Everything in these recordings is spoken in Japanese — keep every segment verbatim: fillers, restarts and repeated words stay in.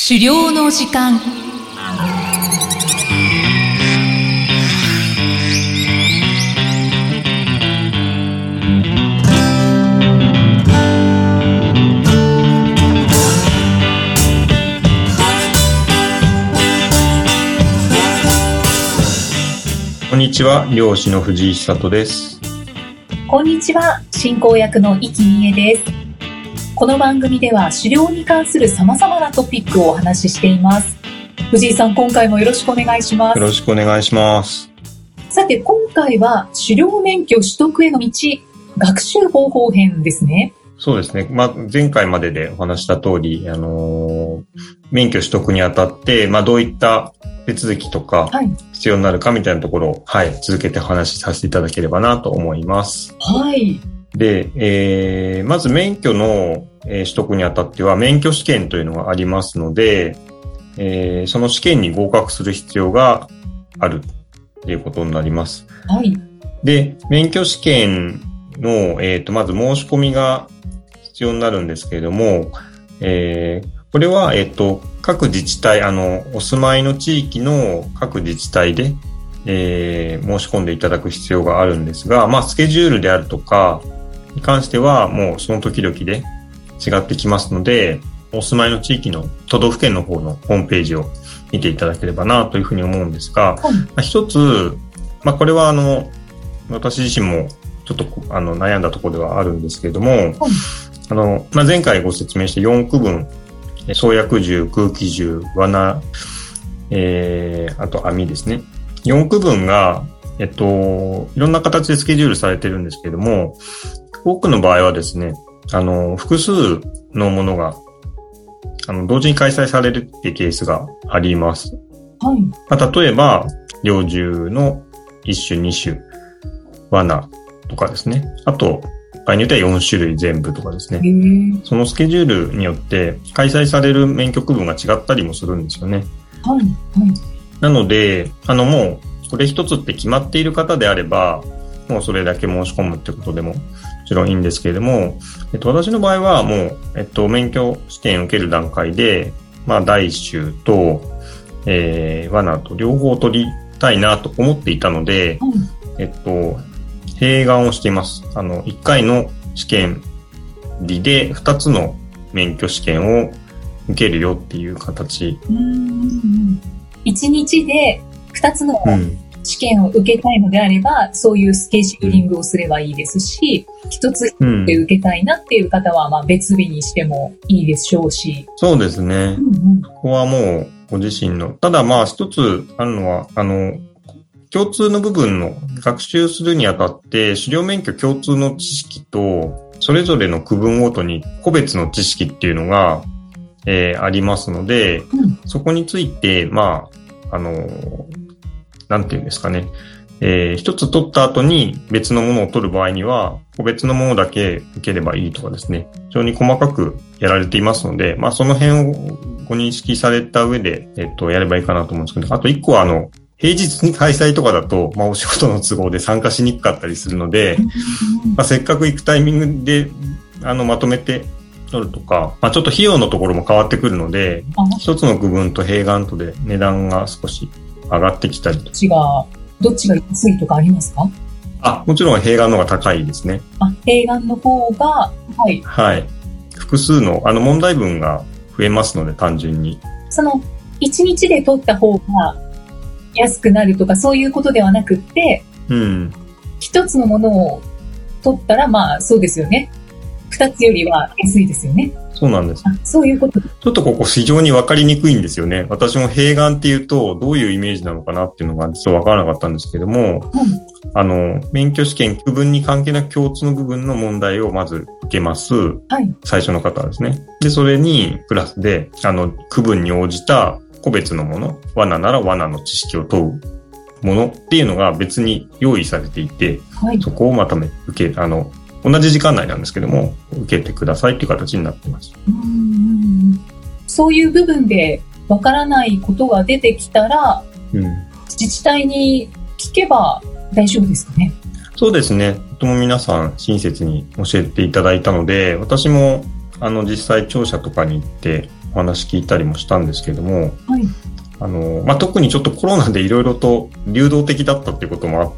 狩猟の時間。 こんにちは、漁師の藤井久人です。 こんにちは、進行役の生きみえです。この番組では狩猟に関する様々なトピックをお話ししています。藤井さん、今回もよろしくお願いします。 よろしくお願いします。 さて、今回は狩猟免許取得への道、学習方法編ですね。 そうですね。まあ、前回まででお話した通り、あのー、免許取得にあたって、まあ、どういった手続きとか必要になるかみたいなところを、はい、続けてお話しさせていただければなと思います。 はい。 で、えー、まず免許の、えー、取得にあたっては免許試験というのがありますので、えー、その試験に合格する必要があるということになります。 はい。 で、免許試験の、えーと、まず申し込みが必要になるんですけれども、えー、これは、えーと、各自治体、あの、お住まいの地域の各自治体で、えー、申し込んでいただく必要があるんですが、まあ、スケジュールであるとかに関しては、もうその時々で違ってきますので、お住まいの地域の都道府県の方のホームページを見ていただければなというふうに思うんですが、 はい、 まあ、一つ、まあ、これはあの、私自身もちょっとあの悩んだところではあるんですけれども、はい、あの、まあ、前回ご説明したよん区分、創薬銃、空気銃、罠、えー、あと網ですね。よん区分が、えっと、いろんな形でスケジュールされてるんですけれども、多くの場合はですね、あの、複数のものが、あの、同時に開催されるっていうケースがあります。 はい。 まあ、例えば、猟銃のいっ種、に種、罠とかですね。あと、場合によってはよん種類全部とかですね。そのスケジュールによって開催される免許区分が違ったりもするんですよね。 はい。はい。 なので、あのもう、これ一つって決まっている方であれば、もうそれだけ申し込むってことでももちろんいいんですけれども、えっと、私の場合はもう、えっと、免許試験を受ける段階で、まあ、第一種と、えー、罠と両方取りたいなと思っていたので、 はい、 えっと、併願をしています。あの、いっかいの試験日でふたつの免許試験を受けるよっていう形。 うーん、いちにちでふたつの試験を受けたいのであれば、うん、そういうスケジューリングをすればいいですし、ひとつで受けたいなっていう方は、まあ別日にしてもいいでしょうし。 そうですね。うんうん、ここはもうご自身の。ただまあ一つあるのは、あの、共通の部分の学習するにあたって狩猟免許共通の知識とそれぞれの区分ごとに個別の知識っていうのが、えー、ありますので、うん、そこについてまああのなんていうんですかね、えー、一つ取った後に別のものを取る場合には個別のものだけ受ければいいとかですね、非常に細かくやられていますので、まあその辺をご認識された上でえっとやればいいかなと思うんですけど、あと一個はあの平日に開催とかだと、まあお仕事の都合で参加しにくかったりするので、まあ、せっかく行くタイミングで、あの、まとめて取るとか、まあちょっと費用のところも変わってくるので、一つの区分と併願とで値段が少し上がってきたりと。 どっちが、どっちが安いとかありますか？ あ、もちろん併願の方が高いですね。 あ、併願の方が、はい。 はい。複数の、あの、問題文が増えますので、単純に。 その、一日で取った方が、安くなるとかそういうことではなくって、 うん、 一つのものを取ったらまあそうですよね。二つよりは安いですよね。 そうなんです。 あ、そういうこと。 ちょっとここ非常に分かりにくいんですよね。私も併願っていうとどういうイメージなのかなっていうのが実は分からなかったんですけども、うん、あの免許試験区分に関係なく共通の部分の問題をまず受けます。はい、最初の方はですね。でそれにプラスであの区分に応じた個別のもの、罠なら罠の知識を問うものっていうのが別に用意されていて、はい、そこをまとめ受けあの同じ時間内なんですけども受けてくださいっていう形になっています。 うーん、そういう部分でわからないことが出てきたら、うん、自治体に聞けば大丈夫ですかね？ そうですね。とても皆さん親切に教えていただいたので、私もあの実際庁舎とかに行ってお話聞いたりもしたんですけれども、 はい、 あの、まあ、特にちょっとコロナでいろいろと流動的だったっていうこともあって、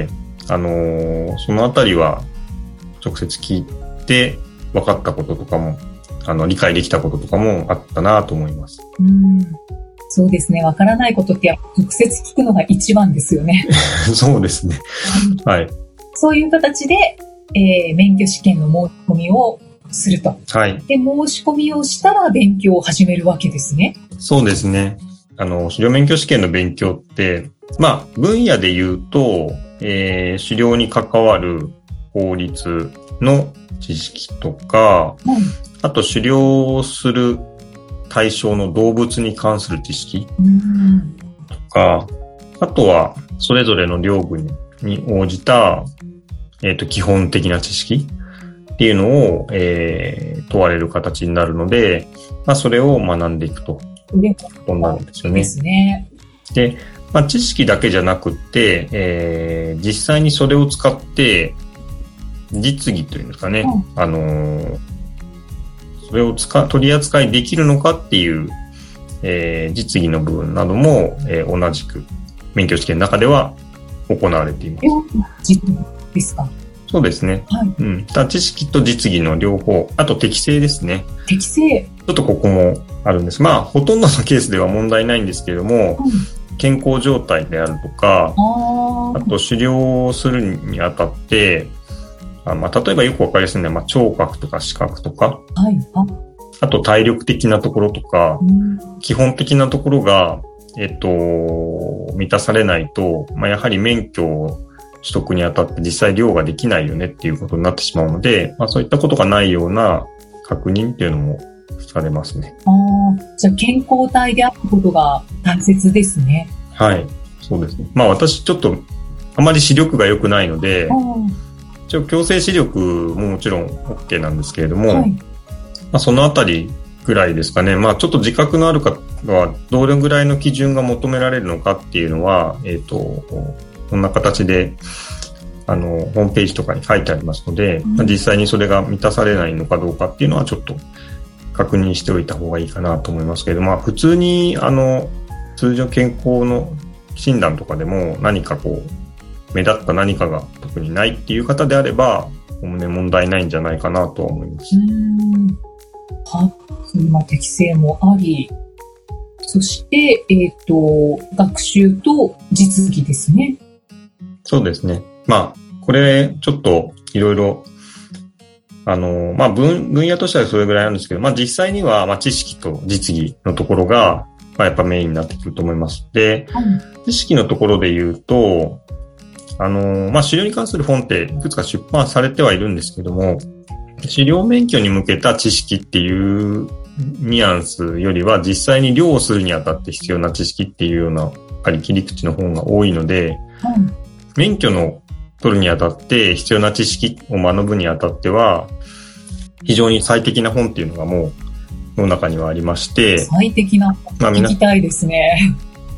あの、そのあたりは直接聞いて分かったこととかも、あの、理解できたこととかもあったなと思います。 うん、そうですね。分からないことって直接聞くのが一番ですよね。 そうですね。はい。 そういう形で、えー、免許試験の申し込みをすると。 はい。 で、申し込みをしたら勉強を始めるわけですね。 そうですね。あの、狩猟免許試験の勉強って、まあ、分野で言うと、えー、狩猟に関わる法律の知識とか、 うん、 あと狩猟する対象の動物に関する知識とか、あとはそれぞれの領具に応じた、えっと、基本的な知識っていうのを、えー、問われる形になるので、まあ、それを学んでいくと。ことになるんですよね。 ですね。 で、まあ、知識だけじゃなくって、えー、実際にそれを使って実技というんですかね、うん、あのー、それを使取り扱いできるのかっていう、えー、実技の部分なども、えー、同じく免許試験の中では行われています。 実技ですか？ そうですね。はい。うん。ただ知識と実技の両方、あと適性ですね。 適性。 ちょっとここもあるんです。まあ、ほとんどのケースでは問題ないんですけれども、うん、健康状態であるとか、あ, あと狩猟をするにあたって、あまあ、例えばよくわかりやすいのは、まあ、聴覚とか視覚とか、はい、あ, あと体力的なところとか、うん、基本的なところが、えっと、満たされないと、まあ、やはり免許を取得にあたって実際漁ができないよねっていうことになってしまうので、まあ、そういったことがないような確認っていうのもされますね。 ああ、じゃあ健康体であることが大切ですね。 はい、そうですね。まあ私ちょっとあまり視力が良くないので、一応矯正視力ももちろん OK なんですけれども、はい、まあ、そのあたりぐらいですかね。まあちょっと自覚のある方はどれぐらいの基準が求められるのかっていうのは、えっと、こんな形であのホームページとかに書いてありますので、うん、まあ、実際にそれが満たされないのかどうかっていうのはちょっと確認しておいた方がいいかなと思いますけれども、まあ、普通にあの通常健康の診断とかでも何かこう目立った何かが特にないっていう方であれば、おおむね問題ないんじゃないかなとは思います。 うーん、は、今適性もあり、そしてえっと学習と実技ですね。 そうですね。まあこれちょっといろいろあの、まあ、分、分野としてはそれぐらいなんですけど、まあ、実際には、まあ、知識と実技のところが、まあ、やっぱメインになってくると思います。で、うん、知識のところで言うと、あの、まあ、狩猟に関する本っていくつか出版されてはいるんですけども、狩猟免許に向けた知識っていうニュアンスよりは、実際に猟をするにあたって必要な知識っていうような、やっぱり切り口の方が多いので、うん、免許の取るにあたって必要な知識を学ぶにあたっては非常に最適な本っていうのがもう世の中にはありまして、 最適な本、まあ、聞きたいですね。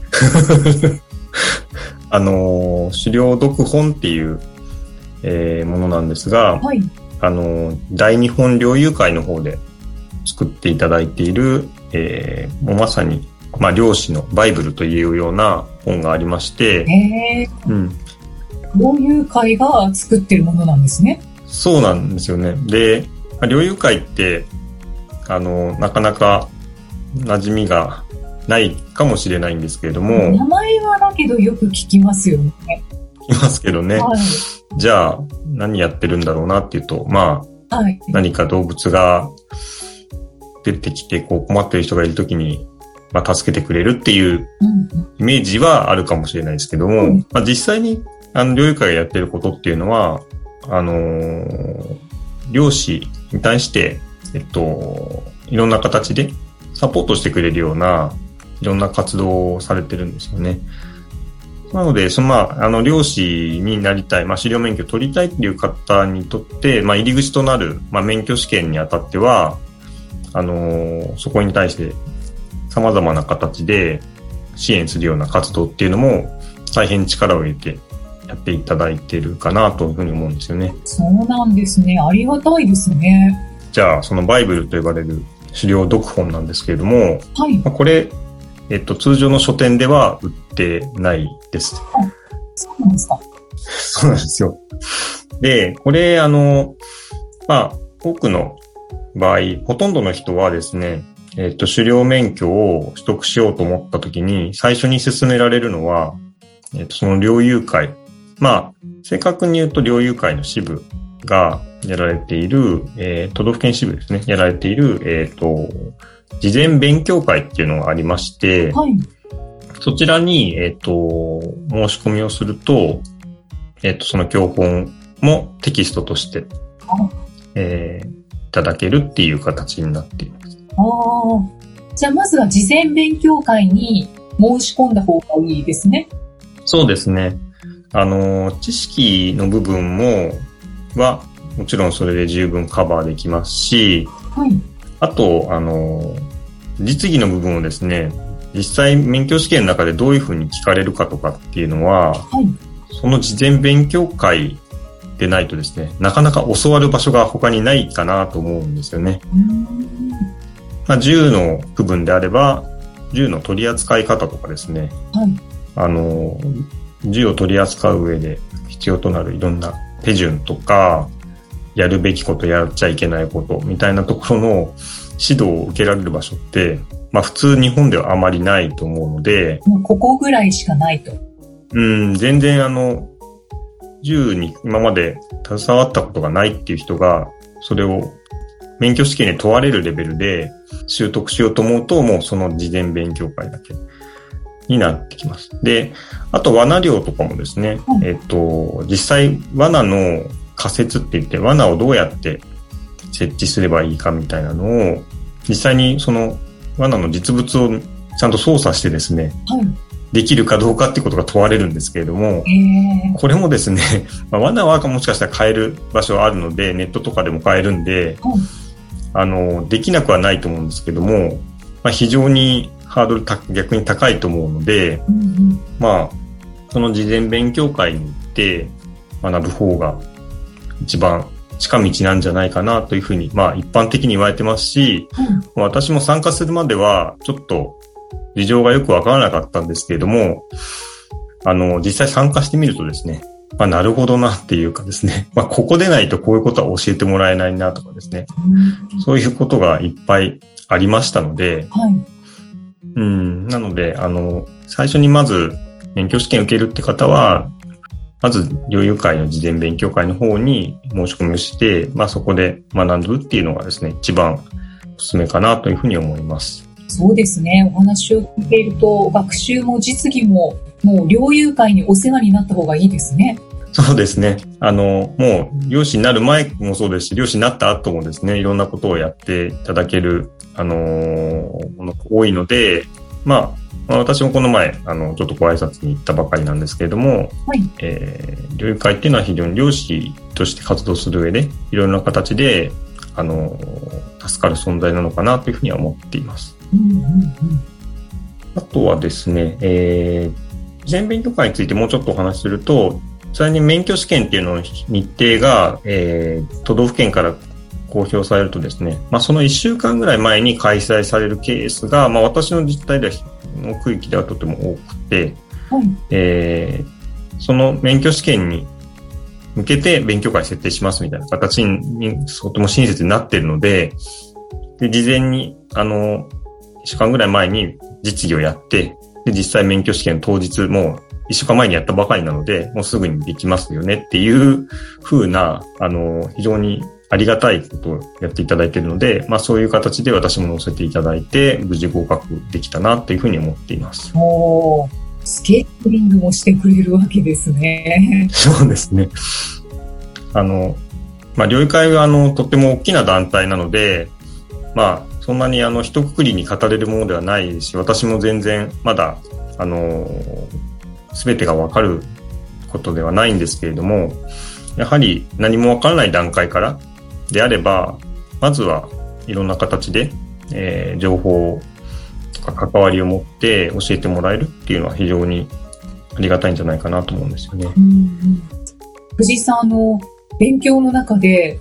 あの狩猟読本っていう、えー、ものなんですが、はい、あの大日本猟友会の方で作っていただいている、えー、もうまさに、まあ、猟師のバイブルというような本がありまして、 へー、うん、猟友会が作ってるものなんですね。 そうなんですよね。で、猟友会ってあのなかなか馴染みがないかもしれないんですけれども、 名前はだけどよく聞きますよね。 聞きますけどね。はい、じゃあ何やってるんだろうなっていうと、まあ、はい、何か動物が出てきてこう困ってる人がいるときに、まあ、助けてくれるっていうイメージはあるかもしれないですけども、うん、まあ、実際にあの猟友会がやってることっていうのは、あのー、猟師に対して、えっと、いろんな形でサポートしてくれるようないろんな活動をされてるんですよね。なので、そのまあ、あの猟師になりたい、まあ、狩猟免許を取りたいっていう方にとって、まあ、入り口となる、まあ、免許試験にあたっては、あのー、そこに対して様々な形で支援するような活動っていうのも大変力を入れてやっていただいてるかなというふうに思うんですよね。 そうなんですね。ありがたいですね。 じゃあそのバイブルと呼ばれる狩猟読本なんですけれども、 はい。 まあ、これ、えっと、通常の書店では売ってないです。 あ、そうなんですか。 そうなんですよ。で、これ、あの、まあ、多くの場合、ほとんどの人はですね、えっと、狩猟免許を取得しようと思ったときに、最初に勧められるのは、えっと、その猟友会。まあ、正確に言うと猟友会の支部がやられている、えー、都道府県支部ですね、やられている、えっと、事前勉強会っていうのがありまして、はい、そちらに、えっと、申し込みをすると、えっと、その教本もテキストとして、えー、いただけるっていう形になっています。 ああ、じゃあまずは事前勉強会に申し込んだ方がいいですね。 そうですね。あの、知識の部分も、は、もちろんそれで十分カバーできますし、はい、あと、あの、実技の部分をですね、実際免許試験の中でどういうふうに聞かれるかとかっていうのは、はい、その事前勉強会でないとですね、なかなか教わる場所が他にないかなと思うんですよね。まあ、銃の部分であれば、銃の取り扱い方とかですね、はい、あの、銃を取り扱う上で必要となるいろんな手順とか、やるべきこと、やっちゃいけないことみたいなところの指導を受けられる場所って、まあ普通日本ではあまりないと思うので、 もうここぐらいしかないと。 うん、全然あの、銃に今まで携わったことがないっていう人が、それを免許試験で問われるレベルで習得しようと思うと、もうその事前勉強会だけになってきます。で、あと罠猟とかもですね、うん、えっと、実際罠の仮説って言って罠をどうやって設置すればいいかみたいなのを、実際にその罠の実物をちゃんと操作してですね、はい、できるかどうかっていうことが問われるんですけれども、これもですね、まあ、罠はもしかしたら買える場所あるので、ネットとかでも買えるんで、うん、あの、できなくはないと思うんですけども、まあ、非常にハードルた逆に高いと思うので、うんうん、まあ、その事前勉強会に行って学ぶ方が一番近道なんじゃないかなというふうに、まあ一般的に言われてますし、うん、私も参加するまではちょっと事情がよくわからなかったんですけれども、あの、実際参加してみるとですね、まあなるほどなっていうかですね、まあここでないとこういうことは教えてもらえないなとかですね、うん、そういうことがいっぱいありましたので、はい、うん、なので、あの、最初にまず免許試験受けるって方は、まず、猟友会の事前勉強会の方に申し込みをして、まあそこで学ぶっていうのがですね、一番おすすめかなというふうに思います。 そうですね。お話を聞いていると、学習も実技も、もう猟友会にお世話になった方がいいですね。 そうですね。あの、もう、猟師になる前もそうですし、猟師になった後もですね、いろんなことをやっていただける、あのー、ものが多いので、まあ、まあ、私もこの前、あの、ちょっとご挨拶に行ったばかりなんですけれども、はい、えー、猟友会っていうのは非常に猟師として活動する上で、いろんな形で、あの、助かる存在なのかなというふうには思っています。うんうんうん、あとはですね、えー、事前勉強会についてもうちょっとお話しすると、さらに免許試験っていうのの日程が、えー、都道府県から公表されるとですね、まあ、そのいっしゅうかんぐらい前に開催されるケースが、まあ、私の自治体ではの区域ではとても多くて、はいえー、その免許試験に向けて勉強会設定しますみたいな形にとても親切になっているので、で事前にあのいっしゅうかんぐらい前に実技をやって、で実際免許試験当日もいっしゅうかんまえにやったばかりなので、もうすぐにできますよねっていう風なあの非常にありがたいことをやっていただいているので、まあそういう形で私も載せていただいて、無事合格できたなというふうに思っています。 おー、スケートリングもしてくれるわけですね。 そうですね。あの、まあ猟友会はあの、とっても大きな団体なので、まあそんなにあの、一括りに語れるものではないし、私も全然まだ、あの、すべてがわかることではないんですけれども、やはり何もわからない段階からであれば、まずはいろんな形で、えー、情報とか関わりを持って教えてもらえるっていうのは非常にありがたいんじゃないかなと思うんですよね。うん、 藤井さん、あの、勉強の中で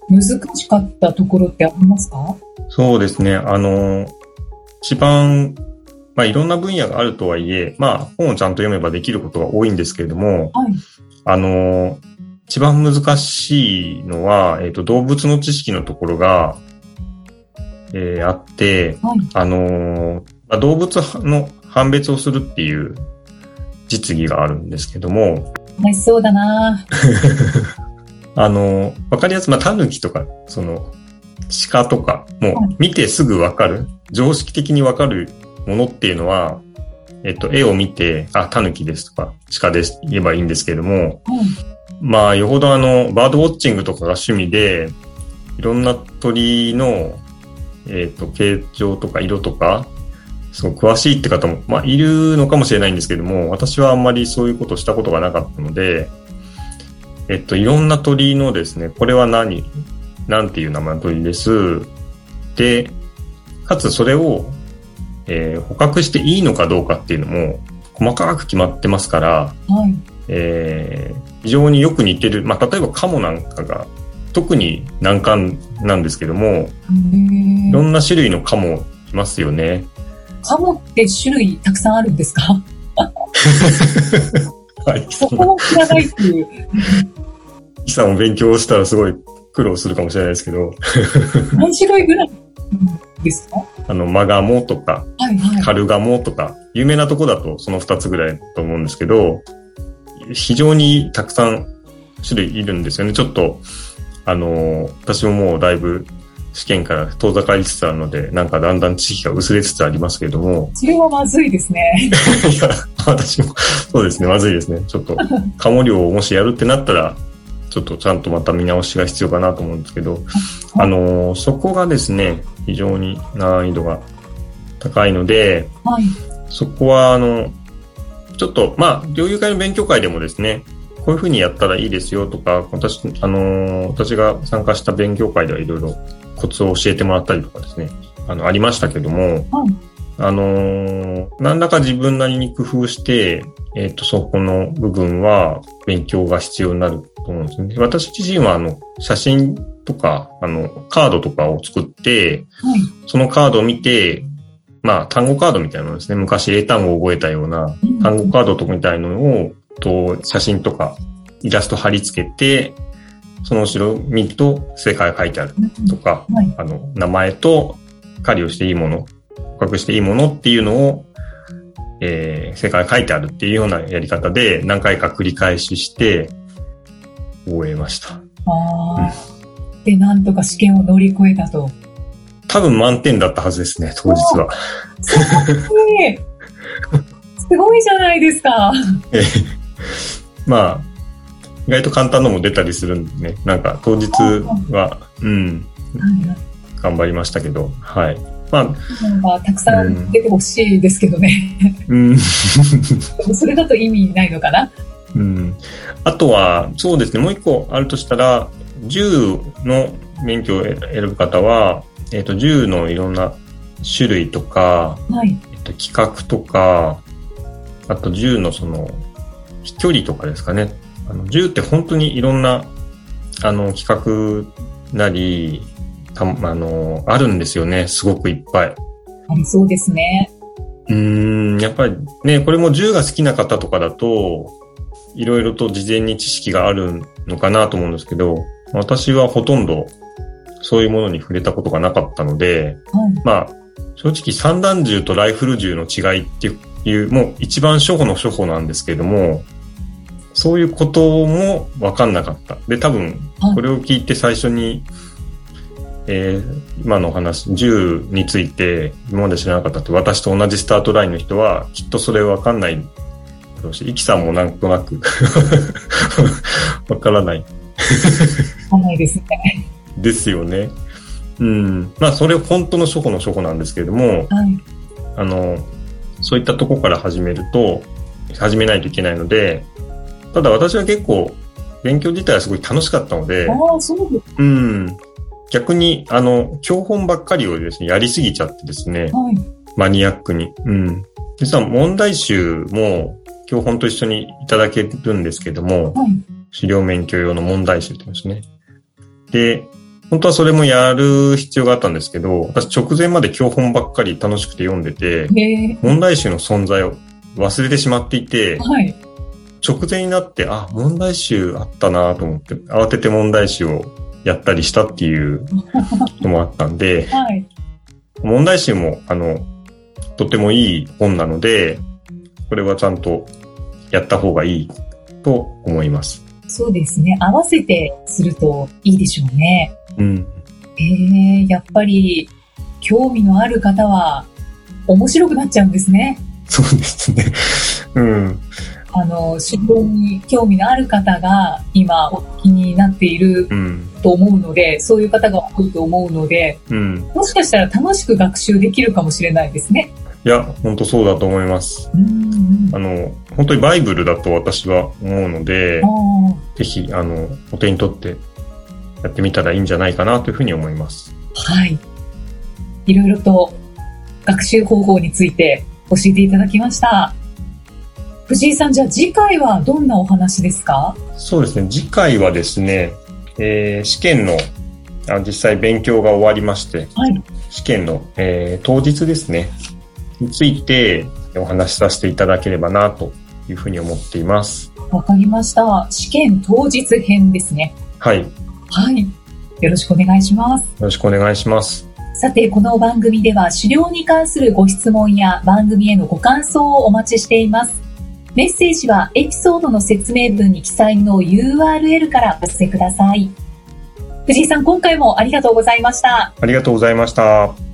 難しかったところってありますか？ そうですね。あの、一番、まあいろんな分野があるとはいえ、まあ本をちゃんと読めばできることが多いんですけれども、 はい、 あの、一番難しいのは、えっと、動物の知識のところが、えー、あって、はい、あの、動物の判別をするっていう実技があるんですけども。 楽しそうだなあの、わかりやすい、まあ、タヌキとか、その、鹿とか、もう見てすぐわかる、常識的にわかるものっていうのは、えっと、絵を見て、あ、タヌキですとか、鹿ですって言えばいいんですけれども、うん、まあ、よほどあの、バードウォッチングとかが趣味で、いろんな鳥の、えっと、形状とか色とか、すごく詳しいって方も、まあ、いるのかもしれないんですけども、私はあんまりそういうことをしたことがなかったので、えっと、いろんな鳥のですね、これは何、なんていう名前の鳥です。で、かつそれを、えー、捕獲していいのかどうかっていうのも細かく決まってますから、はい、えー、非常によく似てる、まあ、例えばカモなんかが特に難関なんですけども、いろんな種類のカモいますよね。 カモって種類たくさんあるんですか？ はい。 そこも知らないっていう。 イさんも勉強したらすごい苦労するかもしれないですけど。 何種類ぐらいですか？ あの、マガモとか、 はいはい、 カルガモとか、有名なとこだとそのふたつぐらいだと思うんですけど、非常にたくさん種類いるんですよね。ちょっと、あの、私ももうだいぶ試験から遠ざかりつつあるので、なんかだんだん知識が薄れつつありますけれども。 それはまずいですね。 いや、私も、そうですね、まずいですね。ちょっと、カモ漁をもしやるってなったら、ちょっとちゃんとまた見直しが必要かなと思うんですけど、あの、そこがですね、非常に難易度が高いので、はい、そこは、あの、ちょっと、まあ、猟友会の勉強会でもですね、こういうふうにやったらいいですよとか、私、あの、私が参加した勉強会ではいろいろコツを教えてもらったりとかですね、あの、ありましたけども、はい、あの、何らか自分なりに工夫して、えっと、そこの部分は勉強が必要になると思うんですね。私自身は、あの、写真とか、あの、カードとかを作って、はい、そのカードを見て、まあ、単語カードみたいなのですね。昔英単語を覚えたような単語カードとかみたいなのを、と写真とかイラスト貼り付けて、その後ろを見ると正解が書いてあるとか、はい、あの、名前と狩りをしていいもの、捕獲していいものっていうのを、えー、正解が書いてあるっていうようなやり方で何回か繰り返しして覚えました。 あうん、で、なんとか試験を乗り越えたと。 多分満点だったはずですね、当日は。 すごいじゃないですか。 えまあ、意外と簡単なのも出たりするんでね、なんか当日は、うん、頑張りましたけど、はい。まあ、 なんかたくさん出てほしいですけどね。うん、それだと意味ないのかな。 うん。あとは、そうですね、もう一個あるとしたら、銃の免許を選ぶ方は、えっと、銃のいろんな種類とか、はいえっと、規格とか、あと銃のその飛距離とかですかね。あの銃って本当にいろんなあの規格なりたあのあるんですよね。すごくいっぱい。 ありそうですね。 うーんやっぱりねこれも銃が好きな方とかだといろいろと事前に知識があるのかなと思うんですけど、私はほとんどそういうものに触れたことがなかったので、うん、まあ正直散弾銃とライフル銃の違いっていうもう一番初歩の初歩なんですけれども、そういうことも分かんなかった。で多分これを聞いて最初に、えー、今の話銃について今まで知らなかったって私と同じスタートラインの人はきっとそれ分かんないだろうし、イキさんもなんとなく分からない。 分かんないですね。 ですよね。うん。まあ、それ本当の初歩の初歩なんですけれども、はい、あの、そういったところから始めると、始めないといけないので、ただ私は結構、勉強自体はすごい楽しかったので、 ああ、そうです。 うん。逆に、あの、教本ばっかりをですね、やりすぎちゃってですね、はい、マニアックに。うん。実は問題集も教本と一緒にいただけるんですけども、はい、狩猟免許用の問題集ってですね。で、 本当はそれもやる必要があったんですけど、私直前まで教本ばっかり楽しくて読んでて、問題集の存在を忘れてしまっていて、はい、直前になって、あ、問題集あったなと思って、慌てて問題集をやったりしたっていうのもあったんで、はい、問題集も、あの、とてもいい本なので、これはちゃんとやった方がいいと思います。 そうですね。合わせてするといいでしょうね。うん。えー、やっぱり興味のある方は面白くなっちゃうんですね。 そうですね。うん。 あの、指導に興味のある方が今お聞きになっていると思うので、うん、そういう方が多いと思うので、うん、もしかしたら楽しく学習できるかもしれないですね。 いや、本当そうだと思います。うんうん、あの、本当にバイブルだと私は思うので、ぜひ、あの、お手に取ってやってみたらいいんじゃないかなというふうに思います。 はい。いろいろと学習方法について教えていただきました。藤井さん、じゃあ次回はどんなお話ですか？ そうですね。次回はですね、えー、試験のあ実際勉強が終わりまして、はい、試験の、えー、当日ですね、についてお話しさせていただければなというふうに思っています。 わかりました。試験当日編ですね。 はい。 はい。よろしくお願いします。よろしくお願いします。 さて、この番組では狩猟に関するご質問や番組へのご感想をお待ちしています。メッセージはエピソードの説明文に記載の ユーアールエル からお寄せください。藤井さん、今回もありがとうございました。 ありがとうございました。